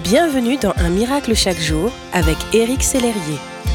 Bienvenue dans Un miracle chaque jour avec Éric Sellerier.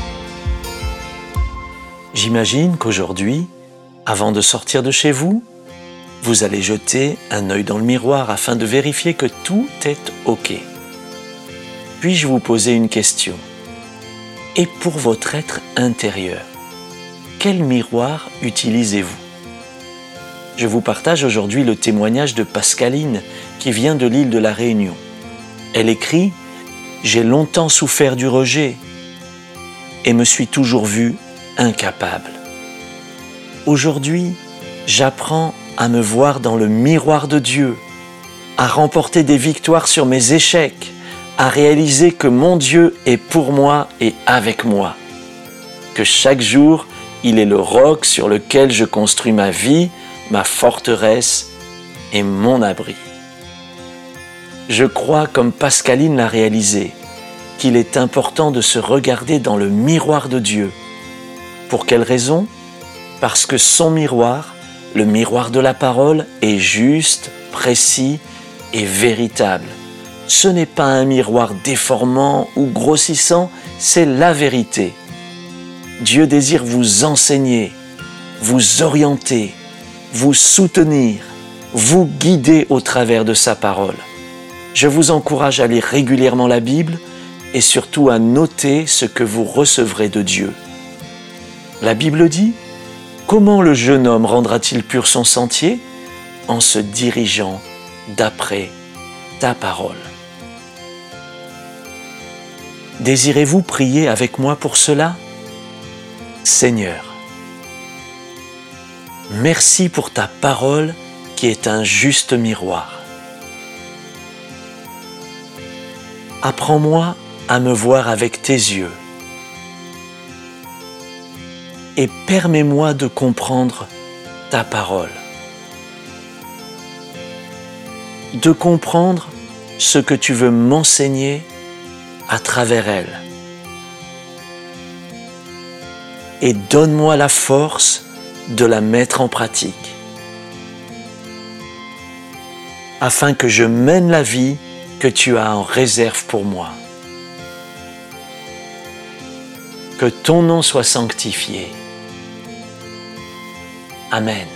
J'imagine qu'aujourd'hui, avant de sortir de chez vous, vous allez jeter un œil dans le miroir afin de vérifier que tout est OK. Puis-je vous poser une question? Et pour votre être intérieur, quel miroir utilisez-vous? Je vous partage aujourd'hui le témoignage de Pascaline qui vient de l'île de la Réunion. Elle écrit « J'ai longtemps souffert du rejet et me suis toujours vue incapable. Aujourd'hui, j'apprends à me voir dans le miroir de Dieu, à remporter des victoires sur mes échecs, à réaliser que mon Dieu est pour moi et avec moi, que chaque jour, il est le roc sur lequel je construis ma vie, ma forteresse et mon abri. Je crois, comme Pascaline l'a réalisé, qu'il est important de se regarder dans le miroir de Dieu. Pour quelle raison? Parce que son miroir, le miroir de la parole, est juste, précis et véritable. Ce n'est pas un miroir déformant ou grossissant, c'est la vérité. Dieu désire vous enseigner, vous orienter, vous soutenir, vous guider au travers de sa parole. Je vous encourage à lire régulièrement la Bible et surtout à noter ce que vous recevrez de Dieu. La Bible dit « Comment le jeune homme rendra-t-il pur son sentier? En se dirigeant d'après ta parole. » Désirez-vous prier avec moi pour cela? Seigneur, merci pour ta parole qui est un juste miroir. Apprends-moi à me voir avec tes yeux et permets-moi de comprendre ta parole, de comprendre ce que tu veux m'enseigner à travers elle. Et donne-moi la force de la mettre en pratique, afin que je mène la vie que tu as en réserve pour moi. Que ton nom soit sanctifié. Amen.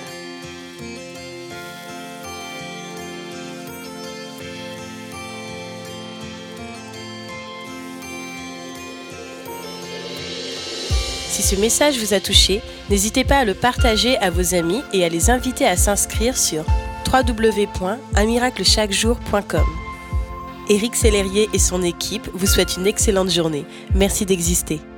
Si ce message vous a touché, n'hésitez pas à le partager à vos amis et à les inviter à s'inscrire sur www.unmiraclechaquejour.com. Éric Sellerier et son équipe vous souhaitent une excellente journée. Merci d'exister.